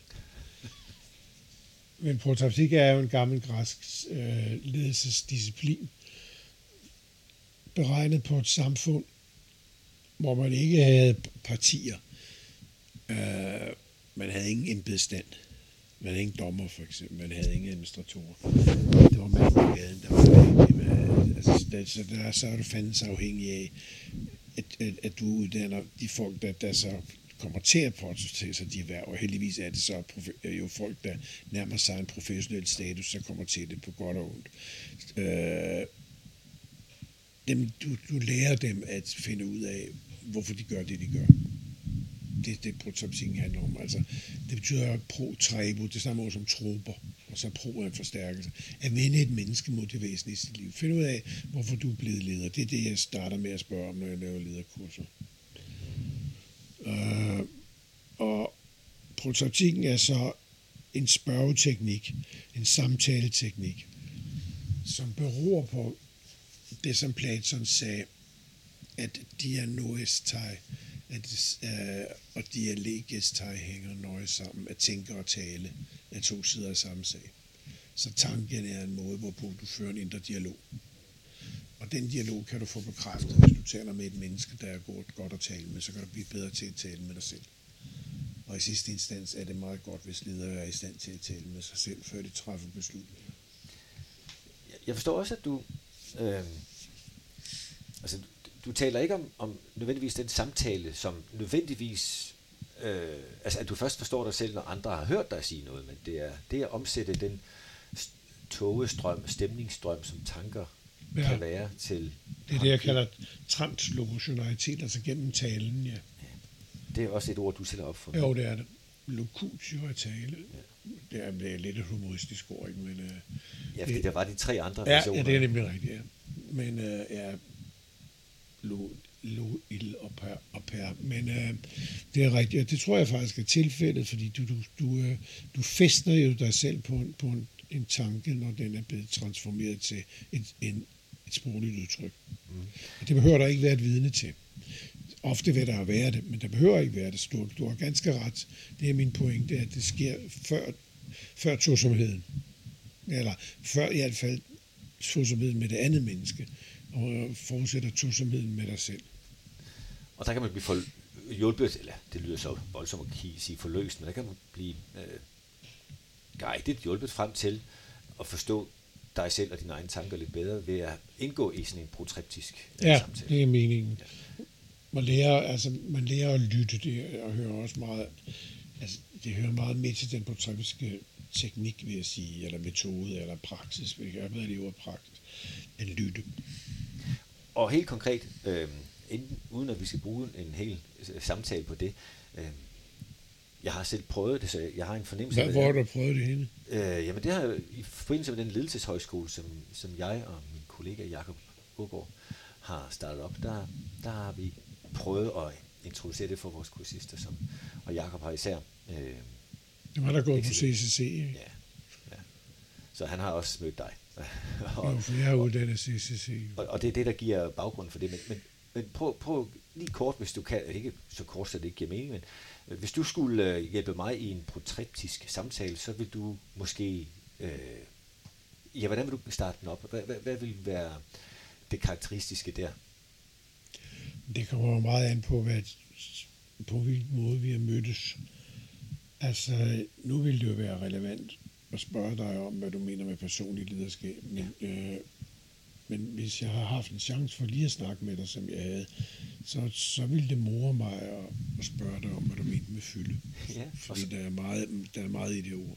Men protreptik er jo en gammel græsk øh, ledelsesdisciplin, beregnet på et samfund, hvor man ikke havde partier. Øh, man havde ingen embedsstand. Man havde ingen dommer, for eksempel. Man havde ingen administratorer. Det var mand på gaden, der var med. Altså, der, så der så er du fandens afhængig af, at, at, at du uddanner de folk, der, der så kommer til at påtage sig de erhverv, og heldigvis er det så jo folk, der nærmer sig en professionel status, der kommer til det på godt og ondt. Øh, dem, du, du lærer dem at finde ud af, hvorfor de gør det, de gør. Det er det, protreptikken handler om. Altså, det betyder pro-trebo, det samme ord som troper, og så pro er en forstærkelse. At vende et menneske mod det væsentlige i sit liv. Find ud af, hvorfor du er blevet leder. Det er det, jeg starter med at spørge om, når jeg laver lederkurser. Uh, og protreptikken er så en spørgeteknik, en samtaleteknik, som beror på det, som Platon sagde, at dianoestai at, uh, og dialegestai hænger nøje sammen, at tænke og tale er to sider af samme sag. Så tanken er en måde, hvorpå du fører en indre dialog. Og den dialog kan du få bekræftet, hvis du taler med et menneske, der er godt, godt at tale med, så kan du blive bedre til at tale med dig selv. Og i sidste instans er det meget godt, hvis ledere er i stand til at tale med sig selv, før de træffer beslutninger. Jeg forstår også, at du, øh, altså, du, du taler ikke om, om nødvendigvis den samtale, som nødvendigvis, øh, altså at du først forstår dig selv, når andre har hørt dig sige noget, men det er det at omsætte den togestrøm, stemningsstrøm, som tanker ja. kan være til... Det er det, jeg kalder translokutionalitet, altså gennem talen, ja. Det er også et ord, du selv har opfundet. Jo, det er det. locutio at tale. Ja. Det er, det er lidt et humoristisk ord, ikke? Men, øh, ja, fordi det, der var de tre andre ja, versioner. Ja, det er nemlig rigtigt, ja. Men øh, ja, lo, lo, il og per, og per. Men øh, det er rigtigt, og det tror jeg faktisk er tilfældet, fordi du, du, du, øh, du fæstner jo dig selv på en, på en, en tanke, når den er blevet transformeret til et, en, et sprogligt udtryk. Mm. Og det behøver der ikke være et vidne til. Ofte vil der jo være det, men der behøver ikke være det. Du, du har ganske ret. Det er min pointe, at det sker før, før tosomheden. Eller før i hvert fald tosomheden med det andet menneske, og fortsætter tosomheden med dig selv. Og der kan man blive for, hjulpet, eller det lyder så voldsomt at sige forløst, men der kan man blive øh, guidet, hjulpet frem til at forstå dig selv og dine egne tanker lidt bedre ved at indgå i sådan en protreptisk øh, ja, samtale. Det er meningen. Ja. Man lærer, altså, man lærer at lytte det, og hører også meget, altså, det hører meget med til den protreptiske teknik, vil jeg sige, eller metode, eller praksis, vil jeg gøre med elever praksis, at lytte. Og helt konkret, øh, inden, uden at vi skal bruge en hel samtale på det, øh, jeg har selv prøvet det, så jeg har en fornemmelse af det. Hvor har du prøvet det henne? Øh, jamen det har i forbindelse med den ledelseshøjskole, som, som jeg og min kollega Jakob Ågaard har startet op, der, der har vi prøvet at introducere det for vores kursister, som, og Jakob har især... Øh, det var der gået på C C C, ikke? Ja, ja. Så han har også mødt dig. og, jo, for jeg har uddannet C C C. Og, og det er det, der giver baggrund for det. Men, men, men prøv, prøv lige kort, hvis du kan, ikke så kort, så det ikke giver mening, men hvis du skulle hjælpe mig i en protreptisk samtale, så vil du måske... Øh, ja, hvordan vil du starte den op? Hvad, hvad, hvad vil være det karakteristiske der? Det kommer jo meget an på, hvad, på hvilken måde vi har mødtes. Altså, nu vil det jo være relevant at spørge dig om, hvad du mener med personligt lederskab. Men, øh, men hvis jeg har haft en chance for lige at snakke med dig, som jeg havde, så, så ville det more mig at, at spørge dig om, hvad du mener med fylde. Ja, fordi så, der, er meget, der er meget i det ord.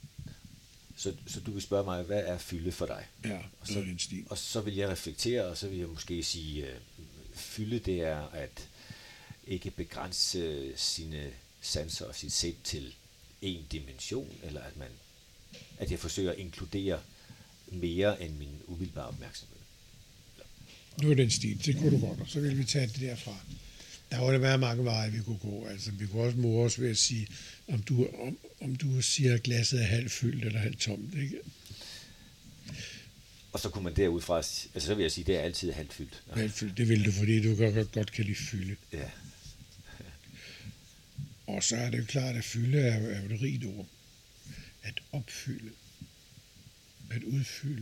Så, så du vil spørge mig, hvad er fylde for dig? Ja, og så, den stil. Og så vil jeg reflektere, og så vil jeg måske sige, øh, fylde det er at ikke begrænse sine sanser og sit sind til en dimension, eller at man at jeg forsøger at inkludere mere end min umiddelbare opmærksomhed. Nu er den stil, det kunne du godt, og så vil vi tage det derfra. Der var det være mange veje, vi kunne gå. Altså, vi kunne også more os ved at sige, om du, om, om du siger, at glasset er halvt fyldt eller halvt tomt, ikke? Og så kunne man derudfra, altså så vil jeg sige, det er altid halvt fyldt. Ja. Halvt fyldt, det vil du, fordi du godt, godt kan lide fylde. Ja. Ja. Og så er det jo klart, at fylde er, er jo et rigt ord. At opfylde. At udfylde.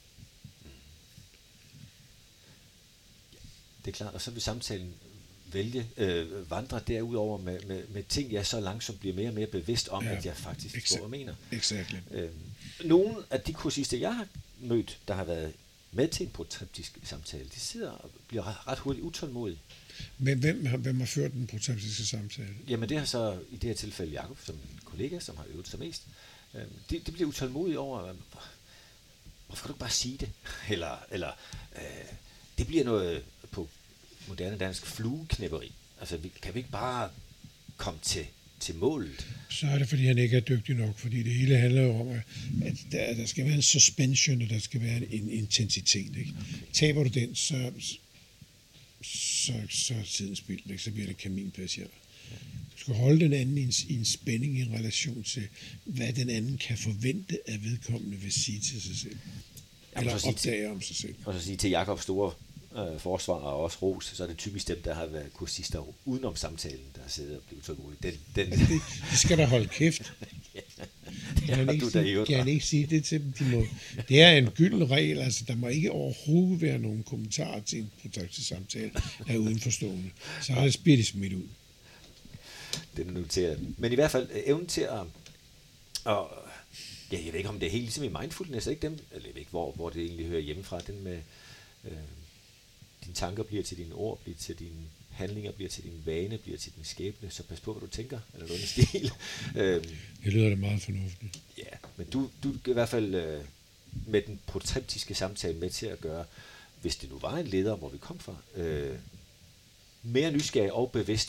Det er klart, og så vil samtalen vælge, øh, vandre derudover med, med, med ting, jeg så langsomt bliver mere og mere bevidst om, ja, at jeg faktisk exa- går og mener. Exactly. Øh, nogle af de kursister, jeg har mødt, der har været med til en protreptisk samtale, de sidder og bliver ret hurtigt utålmodige. Men hvem har, hvem har ført den protreptiske samtale? Jamen det har så i det her tilfælde Jakob, som en kollega, som har øvet sig mest. Øh, de, de bliver utålmodige over, øh, hvorfor kan du ikke bare sige det? Eller, eller øh, det bliver noget på moderne dansk flueknæpperi. Altså, vi, kan vi ikke bare komme til, til målet? Så er det, fordi han ikke er dygtig nok, fordi det hele handler jo om, at der, der skal være en suspension, og der skal være en, en intensitet. Ikke? Okay. Taber du den, så, så, så er tiden spildt, ikke? Så bliver det kaminpassager. Du skal holde den anden i en, i en spænding i en relation til, hvad den anden kan forvente, at vedkommende vil sige til sig selv. Eller opdage om sig selv. Og så sige til Jakobs store øh, forsvar og også ros, så er det typisk dem, der har været kursister udenom samtalen, der sidder og bliver utålmodige. Den, den... det, det skal da holde kæft. Ja, kan han ikke, sige, kan han ikke sige det til dem? De må. Det er en gylden regel, altså der må ikke overhovedet være nogen kommentarer til en protreptisk samtale af udenforstående. Så har det bliver de smidt ud. Det er noteret. Men i hvert fald evnen til at, at ja, jeg ved ikke om det er helt ligesom i mindfulness, ikke dem, eller jeg ved ikke hvor, hvor det egentlig hører hjemmefra, den med øh, dine tanker bliver til dine ord, bliver til dine handlinger, bliver til din vane, bliver til din skæbne, så pas på, hvad du tænker, eller noget stil. øhm, det lyder da meget fornuftigt. Ja, men du, du er i hvert fald øh, med den protreptiske samtale med til at gøre, hvis det nu var en leder, hvor vi kom fra, øh, mere nysgerrig og bevidst om,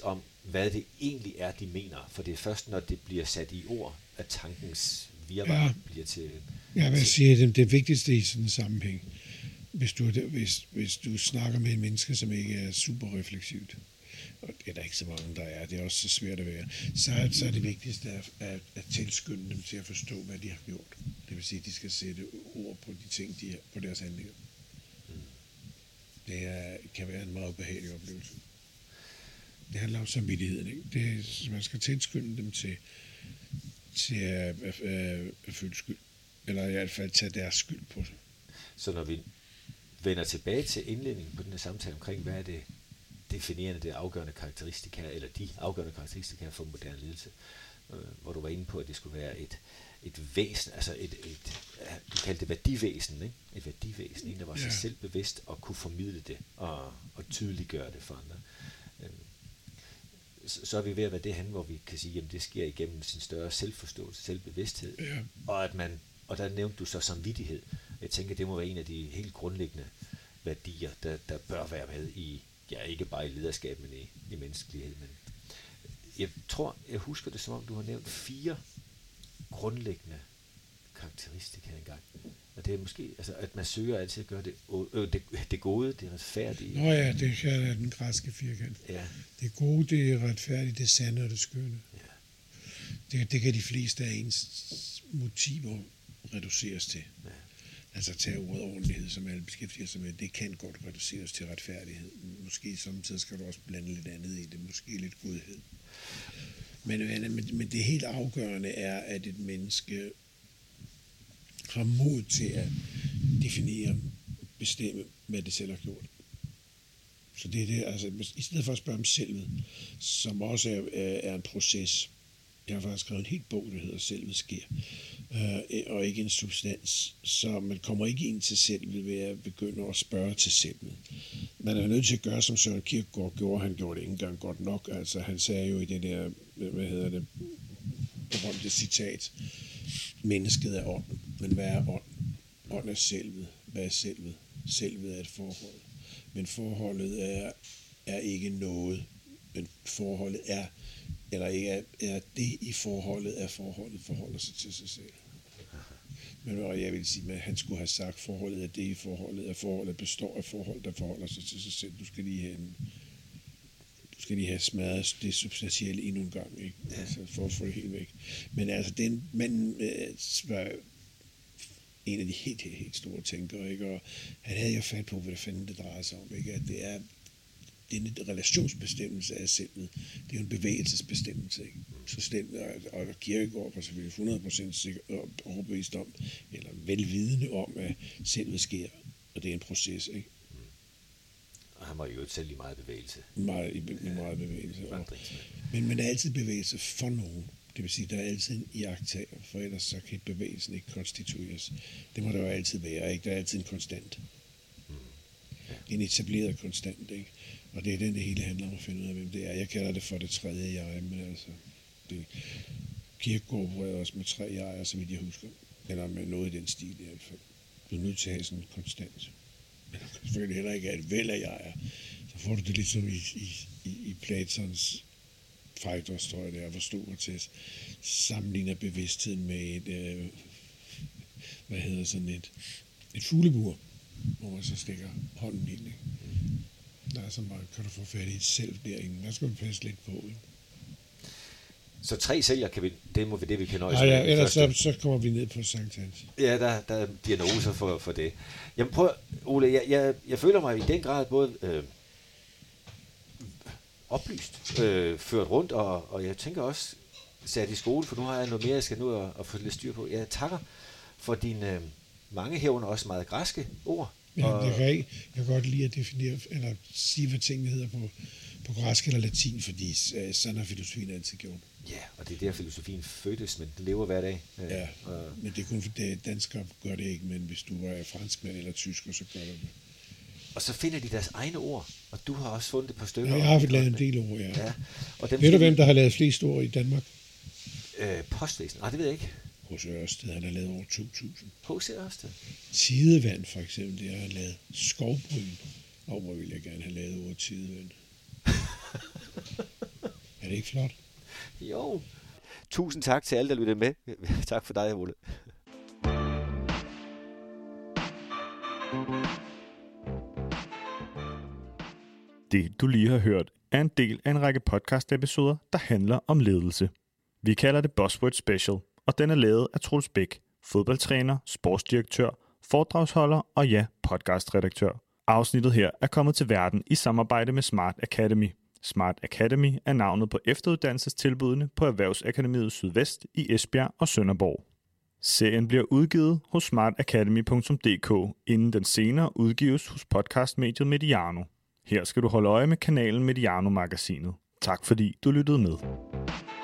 hvad det egentlig er, de mener. For det er først, når det bliver sat i ord, at tankens virvar Ja. bliver til... Jeg vil sige, at det, det vigtigste i sådan en sammenhæng, hvis du, hvis, hvis du snakker med en menneske, som ikke er super refleksivt, og det er der ikke så mange, der er, det er også så svært at være, så er, så er det vigtigste at, at, at tilskynde dem til at forstå, hvad de har gjort. Det vil sige, at de skal sætte ord på de ting, de har, på deres handlinger. Mm. Det er, kan være en meget ubehagelig oplevelse. Det handler om samvittigheden, ikke? Det, man skal tilskynde dem til, til at, at, at, at føle skyld, eller i hvert fald tage deres skyld på sig. Så når vi vender tilbage til indledningen på den her samtale omkring, hvad er det definerende, det afgørende karakteristika, eller de afgørende karakteristika for moderne ledelse, øh, hvor du var inde på, at det skulle være et, et væsen, altså et, et, du kaldte det værdivæsen, ikke? Et værdivæsen, en der var sig Ja. selv bevidst og kunne formidle det og, og tydeliggøre det for andre. Øh, så, så er vi ved at være det hen, hvor vi kan sige, at det sker igennem sin større selvforståelse, selvbevidsthed, Ja. og at man, og der nævnte du så samvittighed. Jeg tænker, det må være en af de helt grundlæggende værdier, der, der bør være med i, ja, ikke bare i lederskab, men i, i menneskelighed. Men jeg tror, jeg husker det, som om du har nævnt fire grundlæggende karakteristika engang. Og det er måske, altså, at man søger altid at gøre det, øh, det, det gode, det retfærdige. Nå ja, det er den græske firkant. Ja, Det gode, det er retfærdigt, det sande og det skønne. ja. Det, det kan de fleste af ens motiver reduceres til. Ja. Altså tage ordet ordentlighed, som alle beskæftiger sig med, det kan godt reduceres til retfærdighed. Måske samtidig skal du også blande lidt andet i det, måske lidt godhed. Men, men, men det helt afgørende er, at et menneske har mod til at definere, bestemme, hvad det selv har gjort. Så det er det, altså, i stedet for at spørge om selvet, som også er, er en proces. Jeg har faktisk skrevet en helt bog, der hedder Selvet sker, øh, og ikke en substans. Så man kommer ikke ind til selvet ved at begynde at spørge til selvet. Man er nødt til at gøre, som Søren Kierkegaard gjorde. Han gjorde det ikke engang godt nok. Altså, han sagde jo i det der, hvad hedder det, berømte citat, mennesket er ånd. Men hvad er ånd? Ånd er selvet. Hvad er selvet? Selvet er et forhold. Men forholdet er, er ikke noget. Men forholdet er, eller ikke er, er det i forholdet, er forholdet forholder sig til sig selv. Men og jeg vil sige, at han skulle have sagt, forholdet er det i forholdet, at forholdet består af forhold, der forholder sig til sig selv. Du skal lige have, en, du skal lige have smadret det substantielle endnu en gang, ikke? Altså, for at få det helt væk. Men altså, den manden øh, var en af de helt, helt, helt store tænkere, ikke? Og han havde jo fat på, hvad det fanden det drejer sig om, ikke? At det er denne relationsbestemmelse af selvet, det er jo en bevægelsesbestemmelse, ikke? Så den, og Kierkegaard var selvfølgelig hundrede procent sikker, overbevist om, eller velvidende om, at selvet sker, og det er en proces, ikke? Mm. Og han var jo selv i meget bevægelse. Meget, i, i meget bevægelse. Og, men man er altid bevægelse for nogen. Det vil sige, der er altid en iagttager, for ellers så kan bevægelsen ikke konstitueres. Det må der jo altid være, ikke? Der er altid en konstant. Mm. Ja. Det er en etableret konstant, ikke? Og det er den, det hele handler om at finde ud af, hvem det er. Jeg kalder det for det tredje jeg, men altså, det Kierkegaard opererer også med tre jeger, så vidt jeg husker. Eller med noget i den stil i hvert fald. Du er nødt til at have sådan en konstant. Men du kan selvfølgelig heller ikke have et væld af jeger. Så får du det lidt som i, i, i, i Platons Phaedros, tror jeg det er, hvor Sokrates sammenligner bevidstheden med et, øh, hvad hedder sådan et, et fuglebur, hvor man så stikker hånden ind, ikke? Der er så meget, kan du få fat i et selv derinde. Der skal vi passe lidt på, ikke? Så tre sælger kan vi, det må vi det, vi kan nøjes Nej, ja, med. ellers så, så kommer vi ned på Sankt Hans. Ja, der, der er diagnoser for, for det. Jamen prøv, Ole, jeg, jeg, jeg føler mig i den grad både øh, oplyst, øh, ført rundt, og, og jeg tænker også sat i skole, for nu har jeg noget mere, jeg skal nu at, at få lidt styr på. Jeg takker for dine øh, mange herunder også meget græske ord. Ja, og, jeg, kan ikke, jeg kan godt lide at definere, eller sige, hvad tingene hedder på, på græsk eller latin, fordi øh, sådan har filosofien altid gjort. Ja, og det er der filosofien fødtes, men den lever hver dag. Øh, Ja, og, men det er kun fordi danskere gør det ikke, men hvis du er franskmand eller tysker, så gør du det. og så finder de deres egne ord, og du har også fundet et par stykker. Ja, jeg har lavet en del ord, ja. Ja. Og dem Ved du, skal hvem der har lavet flest ord i Danmark? Øh, postvæsen. Nej, det ved jeg ikke. H C Ørsted, han har lavet over to tusind. H C Ørsted. Tidevand, for eksempel, det har han lavet. Skovbryn. Og hvor ville jeg gerne have lavet ordet tidevand. Er det ikke flot? Jo. Tusind tak til alle, der lyttede med. Tak for dig, Ole. Det, du lige har hørt, er en del af en række podcast-episoder, der handler om ledelse. Vi kalder det Buzzword Special, og den er lavet af Troels Bæk, fodboldtræner, sportsdirektør, foredragsholder og ja, podcastredaktør. Afsnittet her er kommet til verden i samarbejde med Smart Academy. Smart Academy er navnet på efteruddannelsestilbudene på Erhvervsakademiet Sydvest i Esbjerg og Sønderborg. Serien bliver udgivet hos smart academy punktum d k, inden den senere udgives hos podcastmediet Mediano. Her skal du holde øje med kanalen Mediano Magasinet. Tak fordi du lyttede med.